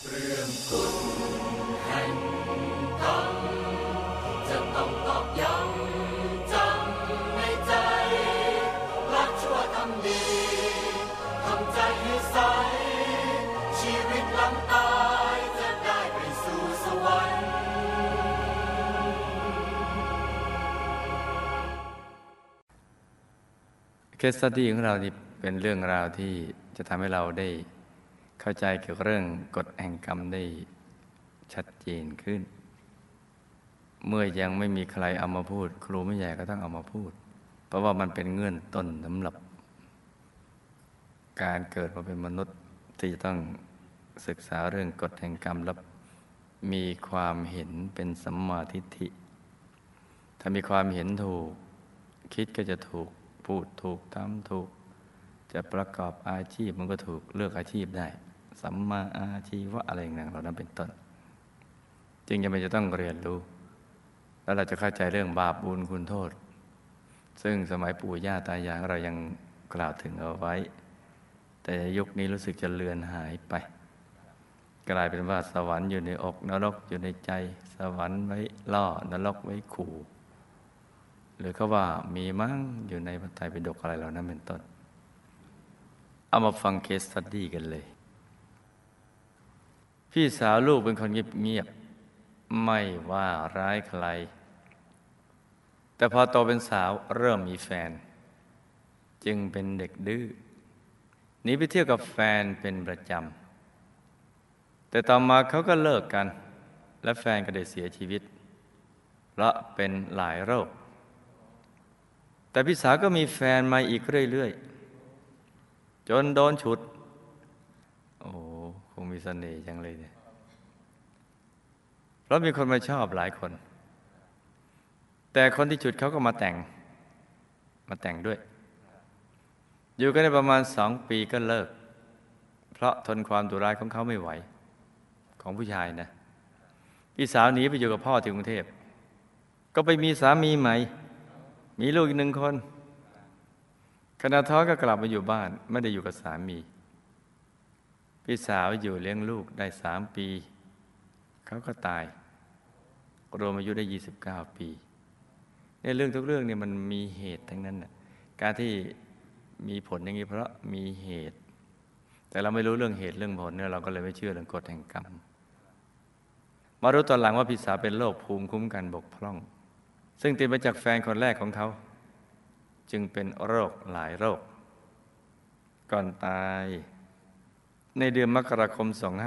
เรื่องกฎแห่งกรรมจะต้องตอกย้ำจำในใจละชั่วทำดีทำใจให้ใสชีวิตหลังตายจะได้ไปสู่สวรรค์เคสสตี้ของเรานี่เป็นเรื่องราวที่จะทำให้เราได้เข้าใจเกี่ยวกับเรื่องกฎแห่งกรรมได้ชัดเจนขึ้นเมื่อยังไม่มีใครเอามาพูดครูไม่ใหญ่ก็ต้องเอามาพูดเพราะว่ามันเป็นเงื่อนต้นสำหรับการเกิดมาเป็นมนุษย์ที่จะต้องศึกษาเรื่องกฎแห่งกรรมและมีความเห็นเป็นสัมมาทิฏฐิถ้ามีความเห็นถูกคิดก็จะถูกพูดถูกทำถูกจะประกอบอาชีพมันก็ถูกเลือกอาชีพได้สัมมาอาชีวะอะไรอย่างๆเหล่านั้นเป็นต้นจึงจำเป็นจะต้องเรียนรู้แล้วเราจะเข้าใจเรื่องบาปบุญคุณโทษซึ่งสมัยปู่ย่าตายายเรายังกล่าวถึงเอาไว้แต่ยุคนี้รู้สึกจะเลือนหายไปกลายเป็นว่าสวรรค์อยู่ในอกนรกอยู่ในใจสวรรค์ไว้ล่อนรกไว้ขู่หรือเขาว่ามีมั้งอยู่ในพระไตรปิฎกอะไรเหล่านั้นเป็นต้นเอามาฟังเคสสตัดดี้กันเลยพี่สาวลูกเป็นคนเงียบๆไม่ว่าร้ายใครแต่พอโตเป็นสาวเริ่มมีแฟนจึงเป็นเด็กดื้อหนีไปเที่ยวกับแฟนเป็นประจำแต่ต่อมาเขาก็เลิกกันและแฟนก็ได้เสียชีวิตเพราะเป็นหลายโรคแต่พี่สาวก็มีแฟนมาอีกเรื่อยๆจนโดนฉุดโอ้คงมีเสน่ห์จังเลยเนี่ยเพราะมีคนมาชอบหลายคนแต่คนที่ฉุดเขาก็มาแต่งด้วยอยู่กันได้ประมาณ2 ปีก็เลิกเพราะทนความดุร้ายของเขาไม่ไหวของผู้ชายนะพี่สาวหนีไปอยู่กับพ่อที่กรุงเทพก็ไปมีสามีใหม่มีลูกอีก1 คนขณะท้องก็กลับมาอยู่บ้านไม่ได้อยู่กับสามีพี่สาวอยู่เลี้ยงลูกได้3 ปีเขาก็ตายรวมอายุได้29 ปีเนี่ยเรื่องทุกเรื่องเนี่ยมันมีเหตุทั้งนั้นน่ะการที่มีผลอย่างนี้เพราะมีเหตุแต่เราไม่รู้เรื่องเหตุเรื่องผลเนี่ยเราก็เลยไม่เชื่อเรื่องกฎแห่งกรรมมารู้ตอนหลังว่าพี่สาวเป็นโรคภูมิคุ้มกันบกพร่องซึ่งติดมาจากแฟนคนแรกของเขาจึงเป็นโรคหลายโรคก่อนตายในเดือนมกราคม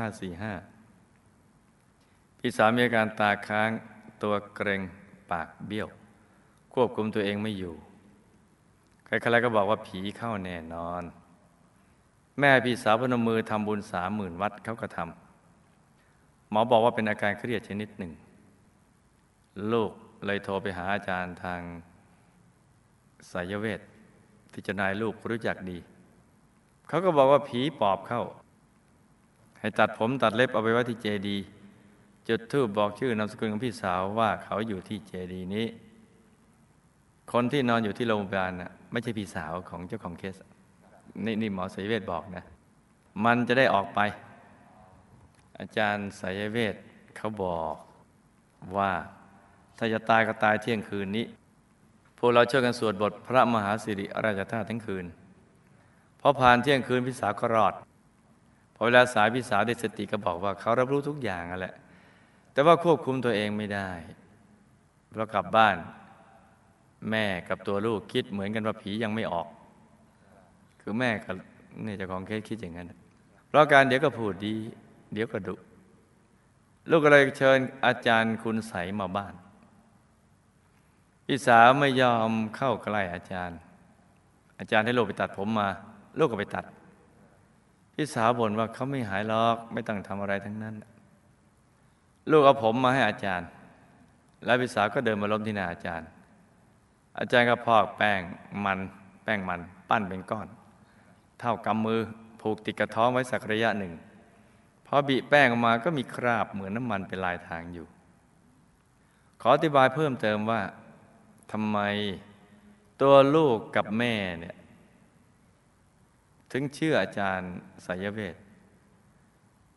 2545พี่สาวมีอาการตาค้างตัวเกร็งปากเบี้ยวควบคุมตัวเองไม่อยู่ใครๆก็บอกว่าผีเข้าแน่นอนแม่พี่สาวพนมมือทำบุญ30,000 วัดเขาก็ทำหมอบอกว่าเป็นอาการเครียดชนิดหนึ่งลูกเลยโทรไปหาอาจารย์ทางไสยเวชที่เจ้านายลูกรู้จักดีเขาก็บอกว่าผีปอบเข้าให้ตัดผมตัดเล็บเอาไปไว้ที่เจดีย์จุดธูปบอกชื่อนามสกุลของพี่สาวว่าเขาอยู่ที่เจดีย์นี้คนที่นอนอยู่ที่โรงพยาบาลน่ะไม่ใช่พี่สาวของเจ้าของเคสนี่หมอไสยเวชบอกนะมันจะได้ออกไปอาจารย์ไสยเวชเขาบอกว่าถ้าจะตายก็ตายเที่ยงคืนนี้พวกเราช่วยกันสวดบทพระมหาสิริราชธาตุทั้งคืนพอผ่านเที่ยงคืนพี่สาวก็รอดพอเวลาสายพี่สาวได้สติก็บอกว่าเขารับรู้ทุกอย่างนั่นแหละแต่ว่าควบคุมตัวเองไม่ได้เพราะกลับบ้านแม่กับตัวลูกคิดเหมือนกันว่าผียังไม่ออกคือแม่กับนี่เจ้าของเคสคิดอย่างนั้นเพราะการเดี๋ยวก็พูดดีเดี๋ยวก็ดุลูกก็เลยเชิญอาจารย์คุณใสมาบ้านพี่สาวไม่ยอมเข้าใกล้อาจารย์ให้ลูกไปตัดผมมาลูกก็ไปตัดพี่สาวบ่นว่าเขาไม่หายหรอกไม่ต้องทำอะไรทั้งนั้นลูกเอาผมมาให้อาจารย์แล้วพี่สาวก็เดินมาล้มที่หน้าอาจารย์ก็พอกแป้งมันปั้นเป็นก้อนเท่ากำมือผูกติดกระท้องไว้สักระยะหนึ่งพอบีแป้งออกมาก็มีคราบเหมือนน้ำมันเป็นลายทางอยู่ขออธิบายเพิ่มเติมว่าทำไมตัวลูกกับแม่เนี่ยถึงเชื่ออาจารย์ไสยเวช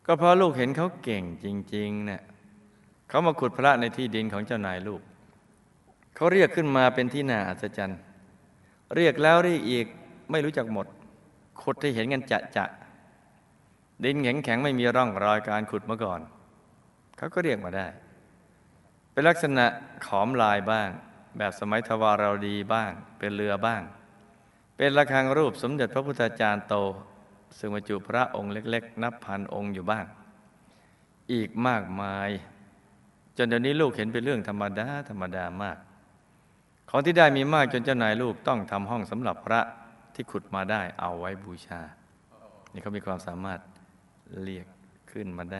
ก็เพราะลูกเห็นเขาเก่งจริงๆเนี่ยเขามาขุดพระในที่ดินของเจ้านายลูกเขาเรียกขึ้นมาเป็นที่น่าอัศจรรย์เรียกแล้วเรียกอีกไม่รู้จักหมดขุดให้เห็นกันจะดินแข็งๆไม่มีร่องรอยการขุดมาก่อนเขาก็เรียกมาได้เป็นลักษณะขอมลายบ้างแบบสมัยทวาราวดีบ้างเป็นเรือบ้างเป็นระฆังรูปสมเด็จพระพุทธจารย์โตซึ่งบรรจุพระองค์เล็กๆนับพันองค์อยู่บ้างอีกมากมายจนเดี๋ยวนี้ลูกเห็นเป็นเรื่องธรรมดามากของที่ได้มีมากจนเจ้านายลูกต้องทำห้องสำหรับพระที่ขุดมาได้เอาไว้บูชานี่เขามีความสามารถเรียกขึ้นมาได้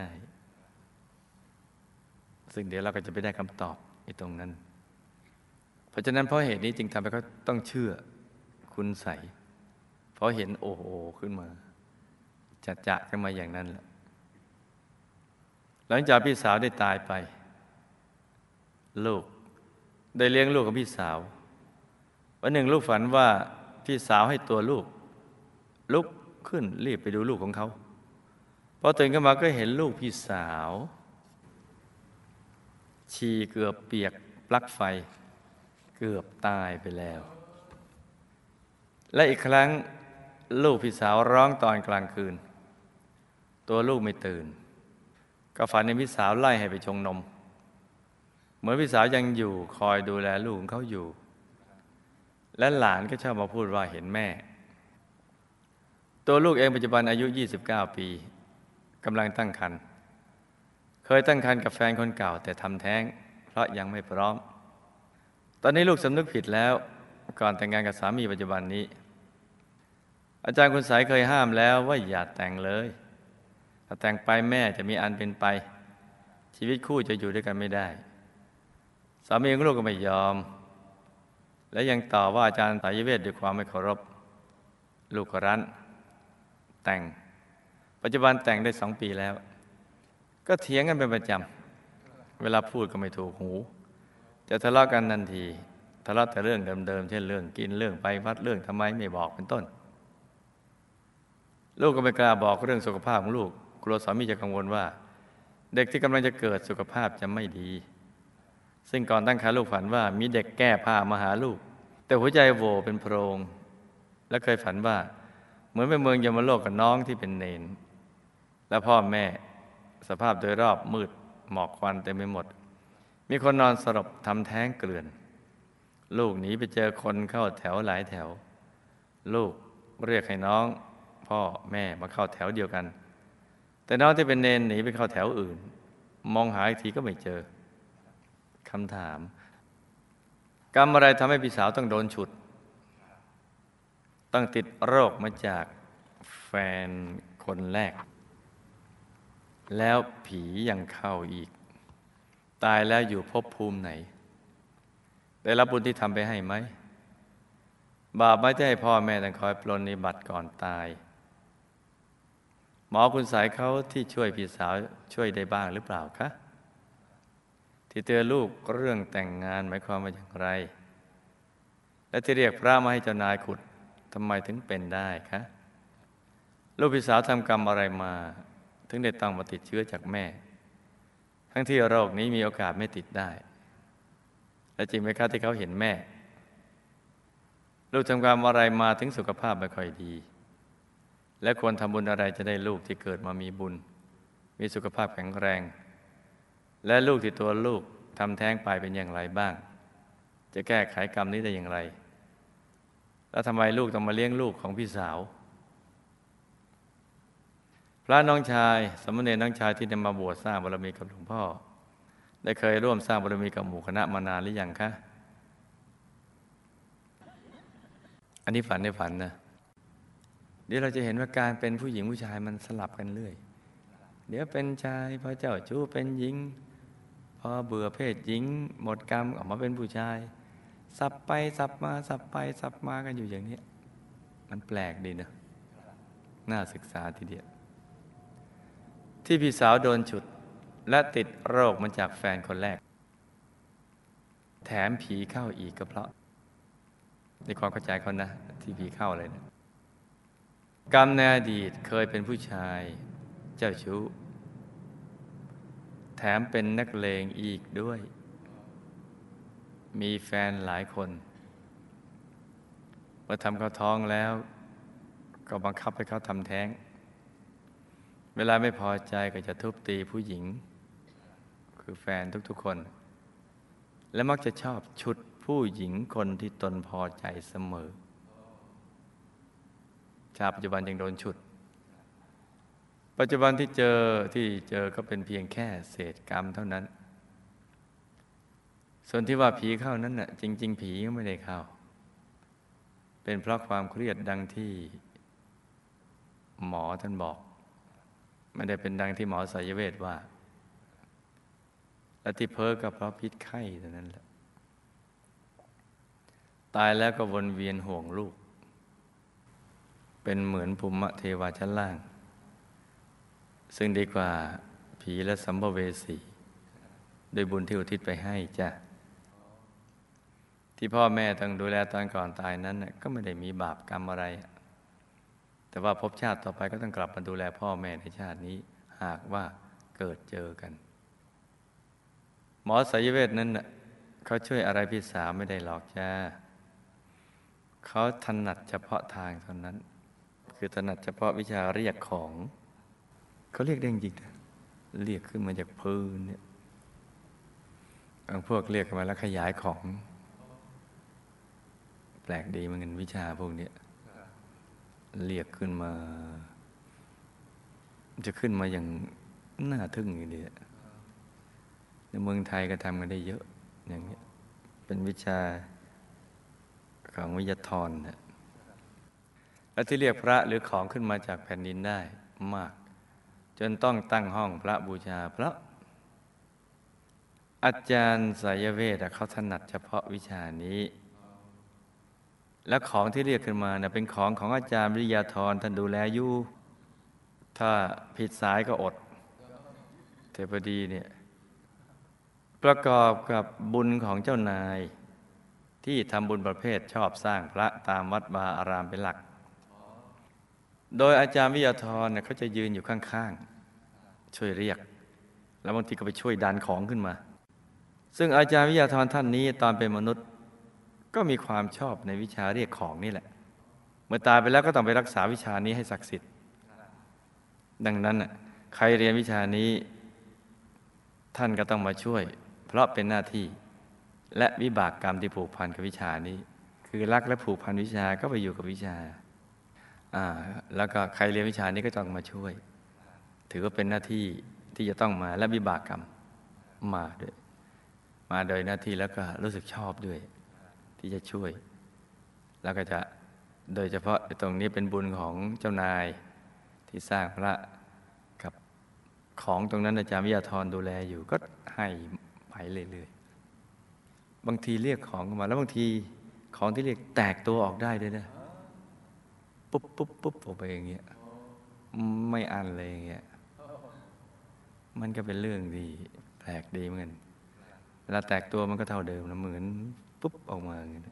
ซึ่งเดี๋ยวเราก็จะไปได้คำตอบในตรงนั้นเพราะฉะนั้นเพราะเหตุนี้จึงทำให้เขาต้องเชื่อคุณใสเพราะเห็นโอ้โหขึ้นมาจะขึ้นมาอย่างนั้นแหละหลังจากพี่สาวได้ตายไปลูกได้เลี้ยงลูกกับพี่สาววันหนึ่งลูกฝันว่าพี่สาวให้ตัวลูกลุกขึ้นรีบไปดูลูกของเขาพอตื่นขึ้นมาก็เห็นลูกพี่สาวฉี่เกือบเปียกปลั๊กไฟเกือบตายไปแล้วและอีกครั้งลูกพี่สาวร้องตอนกลางคืนตัวลูกไม่ตื่นก็ฝันในพี่สาวไล่ให้ไปชงนมเหมือนพี่สาวยังอยู่คอยดูแลลูกของเขาอยู่และหลานก็ชอบมาพูดว่าเห็นแม่ตัวลูกเองปัจจุบันอายุ29ปีกำลังตั้งครรภ์เคยตั้งครรภ์กับแฟนคนเก่าแต่ทำแท้งเพราะยังไม่พร้อมตอนนี้ลูกสำนึกผิดแล้วก่อนแต่งงานกับสามีปัจจุบันนี้อาจารย์คุณสายเคยห้ามแล้วว่าอย่าแต่งเลยถ้าแต่งไปแม่จะมีอันเป็นไปชีวิตคู่จะอยู่ด้วยกันไม่ได้สามีของลูกก็ไม่ยอมและยังต่อว่าอาจารย์สายเวทด้วยความไม่เคารพลูกก็รั้นแต่งปัจจุบันแต่งได้2 ปีแล้วก็เถียงกันเป็นประจำเวลาพูดก็ไม่ถูกหูจะทะเลาะกันทันทีทะเลาะแต่เรื่องเดิมๆเช่นเรื่องกินเรื่องไปวัดเรื่องทำไมไม่บอกเป็นต้นลูกก็ไม่กล้าบอกเรื่องสุขภาพของลูกกลัวสามีจะกังวลว่าเด็กที่กำลังจะเกิดสุขภาพจะไม่ดีซึ่งก่อนตั้งครรภ์ลูกฝันว่ามีเด็กแก้ผ้ามาหาลูกแต่หัวใจโหวเป็นโพรงและเคยฝันว่าเหมือนไปเมืองยมโลกกับน้องที่เป็นเนนและพ่อแม่สภาพโดยรอบมืดหมอกควันเต็มไปหมดมีคนนอนสลบทำแท้งเกลื่อนลูกหนีไปเจอคนเข้าแถวหลายแถวลูกเรียกให้น้องพ่อแม่มาเข้าแถวเดียวกันแต่น้องที่เป็นเนนหนีไปเข้าแถวอื่นมองหาอีกทีก็ไม่เจอคำถามกรรมอะไรทำให้พี่สาวต้องโดนฉุดต้องติดโรคมาจากแฟนคนแรกแล้วผียังเข้าอีกตายแล้วอยู่ภพภูมิไหนได้รับบุญที่ทำไปให้ไหมบาปไม่ได้ให้พ่อแม่ต้องคอยปรนนิบัติก่อนตายหมอคุณสายเขาที่ช่วยพี่สาวช่วยได้บ้างหรือเปล่าคะที่เตือนลูกเรื่องแต่งงานหมายความว่าอย่างไรและที่เรียกพระมาให้เจ้านายขุดทำไมถึงเป็นได้คะลูกพี่สาวทำกรรมอะไรมาถึงได้ต้องมาติดเชื้อจากแม่ทั้งที่โรคนี้มีโอกาสไม่ติดได้และจริงไหมคะที่เขาเห็นแม่ลูกทำกรรมอะไรมาถึงสุขภาพไม่ค่อยดีและควรทำบุญอะไรจะได้ลูกที่เกิดมามีบุญมีสุขภาพแข็งแรงและลูกที่ตัวลูกทำแท้งไปเป็นอย่างไรบ้างจะแก้ไขกรรมนี้ได้อย่างไรแล้วทำไมลูกต้องมาเลี้ยงลูกของพี่สาวพระน้องชายสามเณรน้องชายที่ได้มาบวชสร้างบารมีกับหลวงพ่อได้เคยร่วมสร้างบารมีกับหมู่คณะมานานหรือยังคะอันนี้ฝันในฝันนะเดี๋ยวเราจะเห็นว่าการเป็นผู้หญิงผู้ชายมันสลับกันเรื่อยเดี๋ยวเป็นชายพอเจ้าชู้เป็นหญิงพอเบื่อเพศหญิงหมดกรรมออกมาเป็นผู้ชายสับไปสับมาสับไปสับมากันอยู่อย่างนี้มันแปลกดีนะน่าศึกษาทีเดียวที่พี่สาวโดนฉุดและติดโรคมาจากแฟนคนแรกแถมผีเข้าอีกก็เพราะในความเข้าใจเขานะที่ผีเข้าเลยนะกรรมในอดีตเคยเป็นผู้ชายเจ้าชู้แถมเป็นนักเลงอีกด้วย มีแฟนหลายคนเมื่อทำเขาท้องแล้วก็บังคับให้เขาทำแท้ง เวลาไม่พอใจก็จะทุบตีผู้หญิงคือแฟนทุกๆคน และมักจะชอบฉุดผู้หญิงคนที่ตนพอใจเสมอ ชาติปัจจุบันยังโดนฉุด ปัจจุบันที่เจอก็เป็นเพียงแค่เศษกรรมเท่านั้น ส่วนที่ว่าผีเข้านั้นน่ะจริงๆผีก็ไม่ได้เข้า เป็นเพราะความเครียดดังที่หมอท่านบอก ไม่ได้เป็นดังที่หมอไสยเวชว่า และที่เพ้อก็เพราะพิษไข้เท่านั้นแหละ ตายแล้วก็วนเวียนห่วงลูก เป็นเหมือนภูมิเทวาชั้นล่าง ซึ่งดีกว่าผีและสัมภเวสีโดยบุญที่อุทิศไปให้จ้ะที่พ่อแม่ต้องดูแลตอนก่อนตายนั้นก็ไม่ได้มีบาปกรรมอะไร แต่ว่าภพชาติต่อไปก็ต้องกลับมาดูแลพ่อแม่ในชาตินี้หากว่าเกิดเจอกันหมอไสยเวชนั้นเขาช่วยอะไรพี่สาวไม่ได้หรอกจ้าเขาถนัดเฉพาะทางเท่านั้นคือถนัดเฉพาะวิชาเรียกของเขาเรียกได้จริงๆเรียกขึ้นมาจากพื้นเนี่ยบางพวกเรียกมาแล้วขยายของแปลกดีเหมือนกันวิชาพวกนี้เรียกขึ้นมาจะขึ้นมาอย่างน่าทึ่งอย่างเดียวในเมืองไทยก็ทำกันได้เยอะอย่างนี้เป็นวิชาของวิทยาธรนะและที่เรียกพระหรือของขึ้นมาจากแผ่นดินได้มากจนต้องตั้งห้องพระบูชาเพราะอาจารย์ไสยเวชเขาถนัดเฉพาะวิชานี้และของที่เรียกขึ้นมาเป็นของอาจารย์วิทยาธรท่านดูแลอยู่ถ้าผิดสายก็อดเทพดีเนี่ยประกอบกับบุญของเจ้านายที่ทำบุญประเภทชอบสร้างพระตามวัดวาอารามเป็นหลักโดยอาจารย์วิทยาธรเขาจะยืนอยู่ข้างๆช่วยเรียกแล้วบางทีก็ไปช่วยดันของขึ้นมาซึ่งอาจารย์วิทยาธรท่านนี้ตอนเป็นมนุษย์ก็มีความชอบในวิชาเรียกของนี่แหละเมื่อตายไปแล้วก็ต้องไปรักษาวิชานี้ให้ศักดิ์สิทธิ์ดังนั้นใครเรียนวิชานี้ท่านก็ต้องมาช่วยเพราะเป็นหน้าที่และวิบากกรรมที่ผูกพันกับวิชานี้คือรักและผูกพันวิชาก็ไปอยู่กับวิชาแล้วก็ใครเรียนวิชานี้ก็ต้องมาช่วยถือว่าเป็นหน้าที่ที่จะต้องมาและวิบากกรรมมาด้วยมาโดยหน้าที่แล้วก็รู้สึกชอบด้วยที่จะช่วยแล้วก็จะโดยเฉพาะตรงนี้เป็นบุญของเจ้านายที่สร้างพระกับของตรงนั้นอาจารย์วิทยาธรดูแลอยู่ก็ให้ไปเรื่อยๆบางทีเรียกของมาแล้วบางทีของที่เรียกแตกตัวออกได้ด้วยนะปุ๊บปุ๊บปุ๊บออกไปอย่างเงี้ยไม่อันเลยอย่างเงี้ยมันก็เป็นเรื่องที่แปลกดีเหมือนกันเวลาแตกตัวมันก็เท่าเดิมนะเหมือนปุ๊บออกมาอย่างเงี้ย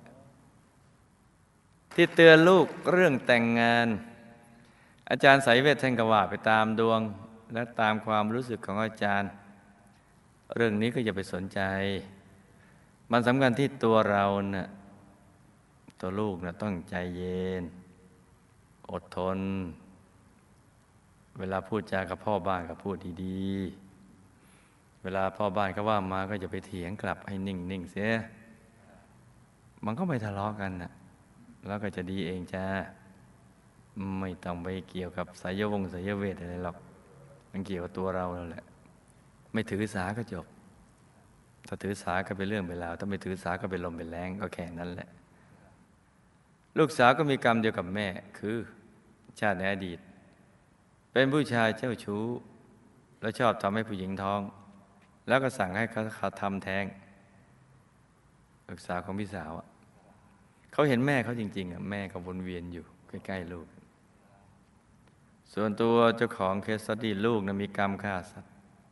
ที่เตือนลูกเรื่องแต่งงานอาจารย์ไสยเวชท่านก็ว่าไปตามดวงและตามความรู้สึกของอาจารย์เรื่องนี้ก็อย่าไปสนใจมันสำคัญที่ตัวเราน่ะตัวลูกน่ะต้องใจเย็นอดทนเวลาพูดจากับพ่อบ้านก็พูดดีๆเวลาพ่อบ้านเขาว่ามาก็จะไปเถียงกลับให้นิ่งๆเสียมันก็ไม่ทะเลาะกันน่ะแล้วก็จะดีเองจ้าไม่ต้องไปเกี่ยวกับไสยเวทอะไรหรอกมันเกี่ยวกับตัวเราแล้วแหละไม่ถือสาก็จบถ้าถือสาก็เป็นเรื่องเป็นราวถ้าไม่ถือสาก็เป็นลมเป็นแรงก็แค่นั้นแหละลูกสาวก็มีกรรมเดียวกับแม่คือชาติในอดีตเป็นผู้ชายเจ้าชู้แล้วชอบทำให้ผู้หญิงท้องแล้วก็สั่งให้เขาทำแท้งลูกสาวของพี่สาวเขาเห็นแม่เขาจริงๆแม่เขาวนเวียนอยู่ใกล้ๆลูกส่วนตัวเจ้าของเคสสตี้ลูกมีกรรมฆ่าสัตว์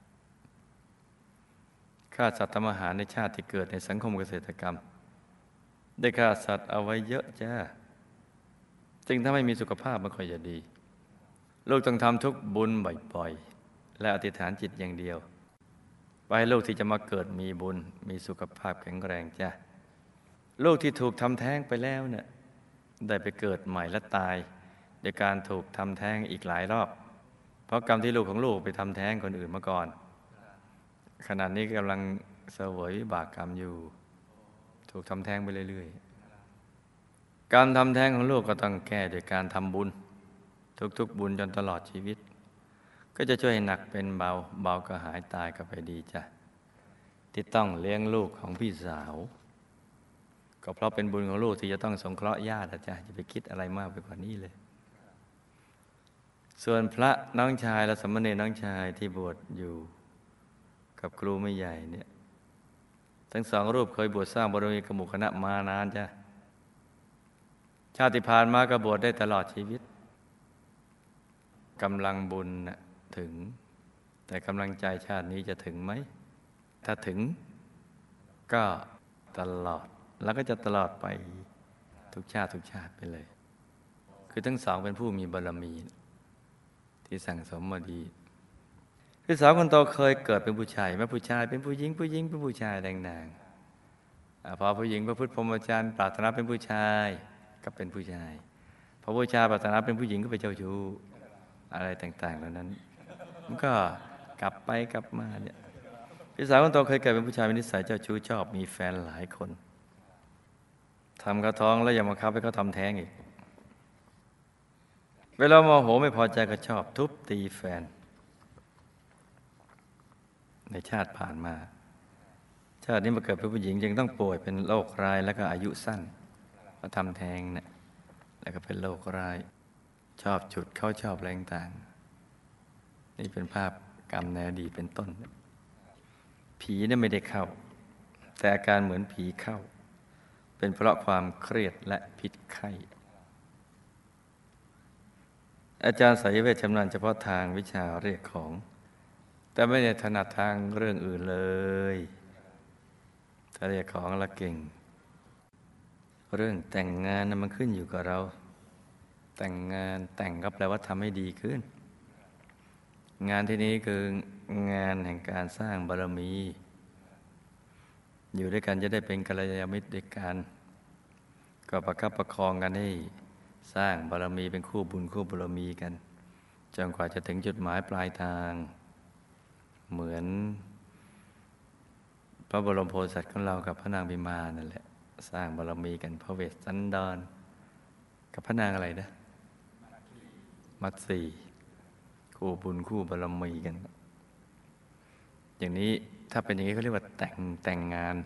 ทำอาหารในชาติที่เกิดในสังคมเกษตรกรรมได้ฆ่าสัตว์เอาไว้เยอะจ้าจึงถ้าไม่มีสุขภาพไม่ค่อยจะดีลูกต้องทำทุกบุญบ่อยๆและอธิษฐานจิตอย่างเดียวให้ลูกที่จะมาเกิดมีบุญมีสุขภาพแข็งแรงจ้ะลูกที่ถูกทำแท้งไปแล้วเนี่ยได้ไปเกิดใหม่และตายโดยการถูกทำแท้งอีกหลายรอบเพราะกรรมที่ลูกของลูกไปทำแท้งคนอื่นมาก่อนขณะนี้กำลังเสวยวิบากกรรมอยู่ถูกทำแท้งไปเรื่อยๆการทำแท้งของลูกก็ต้องแก้โดยการทำบุญทุกๆบุญจนตลอดชีวิตก็จะช่วยให้หนักเป็นเบาเบาก็หายตายก็ไปดีจ้ะที่ต้องเลี้ยงลูกของพี่สาวก็เพราะเป็นบุญของลูกที่จะต้องสงเคราะห์ญาติจ้ะอย่าไปคิดอะไรมากไปกว่านี้เลยส่วนพระน้องชายและสามเณรน้องชายที่บวชอยู่กับครูไม่ใหญ่เนี่ยทั้งสองรูปเคยบวชสร้างบารมีกับหมู่คณะมานานจ้ะชาติผ่านมาก็บวชได้ตลอดชีวิตกำลังบุญนะถึงแต่กำลังใจชาตินี้จะถึงไหมถ้าถึงก็ตลอดแล้วก็จะตลอดไปทุกชาติไปเลยคือทั้งสองเป็นผู้มีบารมีที่สั่งสมมาดีพี่สาวคนโตเคยเกิดเป็นผู้ชายแม่ผู้ชายเป็นผู้หญิงผู้หญิงเป็นผู้ชายแดงนางพอผู้หญิงประพฤติพรหมจรรย์ปรารถนาเป็นผู้ชายก็เป็นผู้ชายพอผู้ชายปรารถนาเป็นผู้หญิงก็ไปเจ้าชู้อะไรต่างๆเหล่านั้นมันก็กลับไปกลับมาเนี่ยพี่สาวคนโตเคยเกิดเป็นผู้ชายมีนิสัยเจ้าชู้ชอบมีแฟนหลายคนทำกระท้องแล้วยังมาคับให้เขาทำแท้งอีกเวลาโมโหไม่พอใจก็ชอบทุบตีแฟนในชาติผ่านมาชาตินี้มาเกิดเป็นผู้หญิงจึงต้องป่วยเป็นโรคร้ายแล้วก็อายุสั้นมาทำแท้งเนี่ยแล้วก็เป็นโรคร้ายชอบจุดเขาชอบแรงต่างนี่เป็นภาพกรรมในอดีตเป็นต้นผีเนี่ยไม่ได้เข้าแต่อาการเหมือนผีเข้าเป็นเพราะความเครียดและพิษไข้อาจารย์สายเวทชำนาญเฉพาะทางวิชาเรียกของแต่ไม่ได้ถนัดทางเรื่องอื่นเลยถ้าเรียกของละเก่งเรื่องแต่งงานนะมันขึ้นอยู่กับเราแต่งงานแต่งก็แปลว่าทำให้ดีขึ้นงานที่นี้คืองานแห่งการสร้างบารมีอยู่ด้วยกันจะได้เป็นกัลยาณมิตรด้วยกันก็ประคับประคองกันให้สร้างบารมีเป็นคู่บุญคู่บารมีกันจนกว่าจะถึงจุดหมายปลายทางเหมือนพระบรมโพธิสัตว์ของเรากับพระนางพิมานนั่นแหละสร้างบารมีกันพระเวสสันดรกับพระนางอะไรนะมัตสีคู่บุญคู่บารมีกันอย่างนี้ถ้าเป็นอย่างนี้เขาเรียกว่าแต่งงาน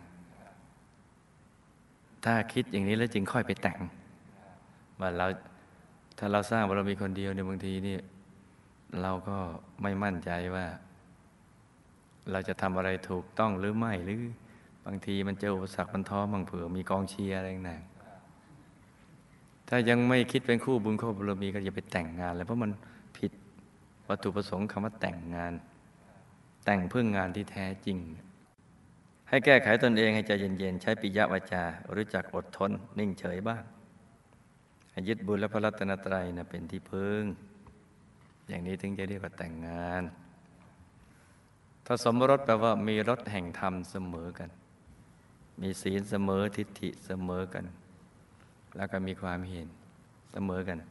ถ้าคิดอย่างนี้แล้วจึงค่อยไปแต่งว่าเราถ้าเราสร้างบารมีคนเดียวเนี่ยบางทีนี่เราก็ไม่มั่นใจว่าเราจะทำอะไรถูกต้องหรือไม่หรือบางทีมันเจออุปสรรคมันท้อบางเผื่อมีกองเชียร์อะไรต่างถ้ายังไม่คิดเป็นคู่บุญคู่บารมีก็อย่าไปแต่งงานเลยเพราะมันผิดวัตถุประสงค์คำว่าแต่งงานแต่งเพื่องานที่แท้จริงให้แก้ไขตนเองให้ใจเย็นๆใช้ปิยวาจารู้จักอดทนนิ่งเฉยบ้างให้ยึดบุญและพระรัตนตรัยนะเป็นที่พึ่งอย่างนี้ถึงจะเรียกว่าแต่งงานถ้าสมรสแปลว่ามีรสแห่งธรรมเสมอกันมีศีลเสมอทิฏฐิเสมอกันแล้วก็มีความเห็นเสมอกัน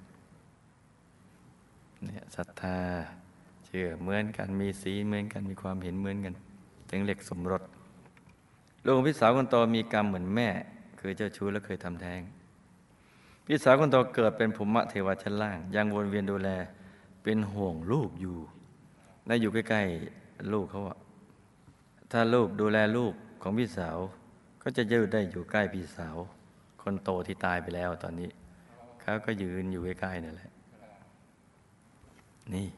เนี่ยศรัทธาเชื่อเหมือนกันมีศีลเหมือนกันมีความเห็นเหมือนกันถึงเรียกสมรสลูกพี่สาวคนโตมีกรรมเหมือนแม่คือเจ้าชู้และเคยทำแท้งพี่สาวคนโตเกิดเป็นภูมิเทวาชั้นล่างยังวนเวียนดูแลเป็นห่วงลูกอยู่และอยู่ใกล้ๆลูกเขาอะถ้าลูกดูแลลูกของพี่สาวก็จะยืดได้อยู่ใกล้พี่สาวคนโตที่ตายไปแล้วตอนนี้เขาก็ยืนอยู่ใกล้ๆนั่นแหละนี่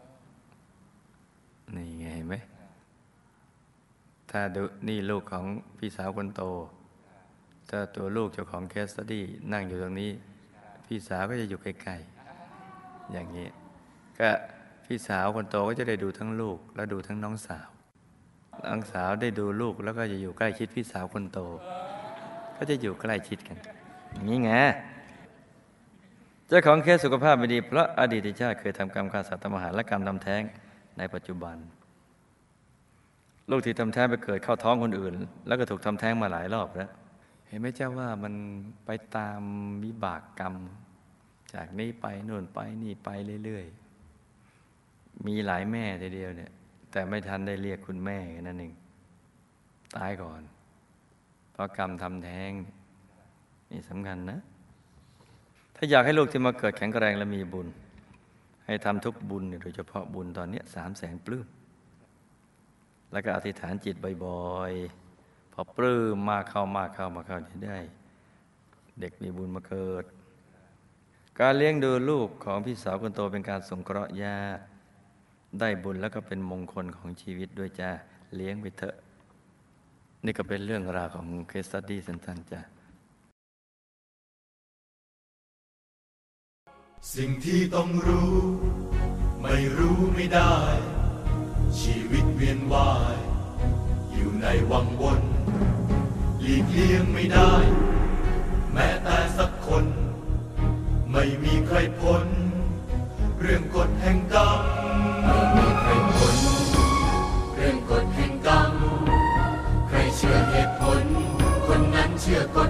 ไงเห็นไหมถ้าดูนี่ลูกของพี่สาวคนโตถ้าตัวลูกเจ้าของเคสสตัดดี้นั่งอยู่ตรงนี้พี่สาวก็จะอยู่ใกล้ๆอย่างนี้ก็พี่สาวคนโตก็จะได้ดูทั้งลูกและดูทั้งน้องสาวน้องสาวได้ดูลูกแล้วก็จะอยู่ใกล้ชิดพี่สาวคนโตก็จะอยู่ใกล้ชิดกันอย่างนี้ไงเจ้าของเคสสุขภาพไม่ดีเพราะอดีตชาติเคยทำกรรมฆ่าสัตว์ทำอาหารและกรรมทำแท้งในปัจจุบันลูกที่ทำแท้งไปเกิดเข้าท้องคนอื่น แล้วก็ถูกทำแท้งมาหลายรอบแล้วเห็นไหมเจ้าว่ามันไปตามวิบากกรรมจากนี้ไปโน่นไปนี่ไปเรื่อยๆมีหลายแม่ทีเดียวเนี่ยแต่ไม่ทันได้เรียกคุณแม่กันนั่นเองตายก่อนเพราะกรรมทำแท้งนี่สำคัญนะถ้าอยากให้ลูกที่มาเกิดแข็งแรงและมีบุญให้ทำทุกบุญโดยเฉพาะบุญตอนนี้300,000 ปลื้มแล้วก็อธิษฐานจิตบ่อยๆพอปลื้มมากเข้จะได้เด็กมีบุญมาเกิดการเลี้ยงดูลูกของพี่สาวคนโตเป็นการสงเคราะห์ญาติได้บุญแล้วก็เป็นมงคลของชีวิตด้วยจ้าเลี้ยงไปเถอะนี่ก็เป็นเรื่องราวของเคสสตั๊ดดี้สั้นๆจ้าสิ่งที่ต้องรู้ไม่รู้ไม่ได้ชีวิตเวียนว่ายอยู่ในวังวนหลีกเลี่ยงไม่ได้แม้แต่สักคนไม่มีใครพ้นเรื่องกฎแห่งกรรมไม่มีใครพ้นเรื่องกฎแห่งกรรมใครเชื่อเหตุผลคนนั้นเชื่อกฎ